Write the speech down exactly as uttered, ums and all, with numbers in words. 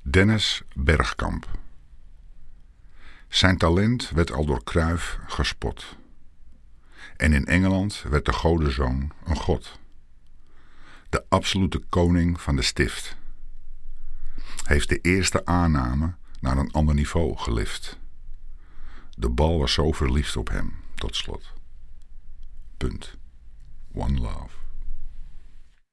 Dennis Bergkamp. Zijn talent werd al door Cruyff gespot. En in Engeland werd de godenzoon een god. De absolute koning van de stift. Heeft de eerste aanname naar een ander niveau gelift. De bal was zo verliefd op hem, tot slot. Punt. One love.